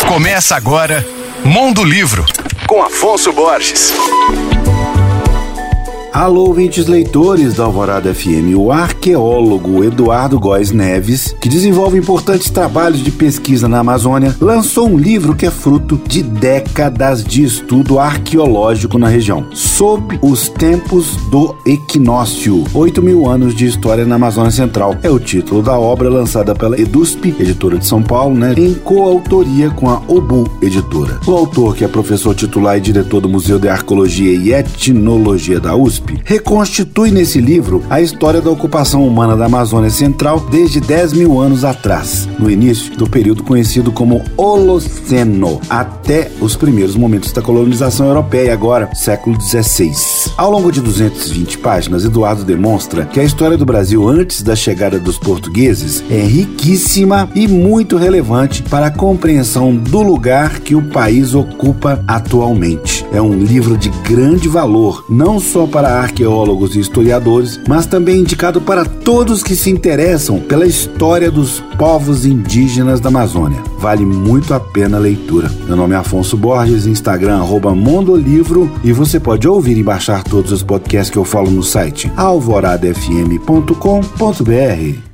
Começa agora Mundo Livro, com Afonso Borges. Alô, ouvintes leitores da Alvorada FM. O arqueólogo Eduardo Góes Neves, que desenvolve importantes trabalhos de pesquisa na Amazônia, lançou um livro que é fruto de décadas de estudo arqueológico na região, Sob os Tempos do Equinócio, 8.000 anos de história na Amazônia Central. É o título da obra, lançada pela EDUSP, editora de São Paulo, em coautoria com a Obu Editora. O autor, que é professor titular e diretor do Museu de Arqueologia e Etnologia da USP, reconstitui nesse livro a história da ocupação humana da Amazônia Central desde 10.000 anos atrás, no início do período conhecido como Holoceno, até os primeiros momentos da colonização europeia, agora século XVI. Ao longo de 220 páginas, Eduardo demonstra que a história do Brasil antes da chegada dos portugueses é riquíssima e muito relevante para a compreensão do lugar que o país ocupa atualmente. É um livro de grande valor, não só para arqueólogos e historiadores, mas também indicado para todos que se interessam pela história dos povos indígenas da Amazônia. Vale muito a pena a leitura. Meu nome é Afonso Borges, Instagram @mondolivro, e você pode ouvir e baixar todos os podcasts que eu falo no site alvoradafm.com.br.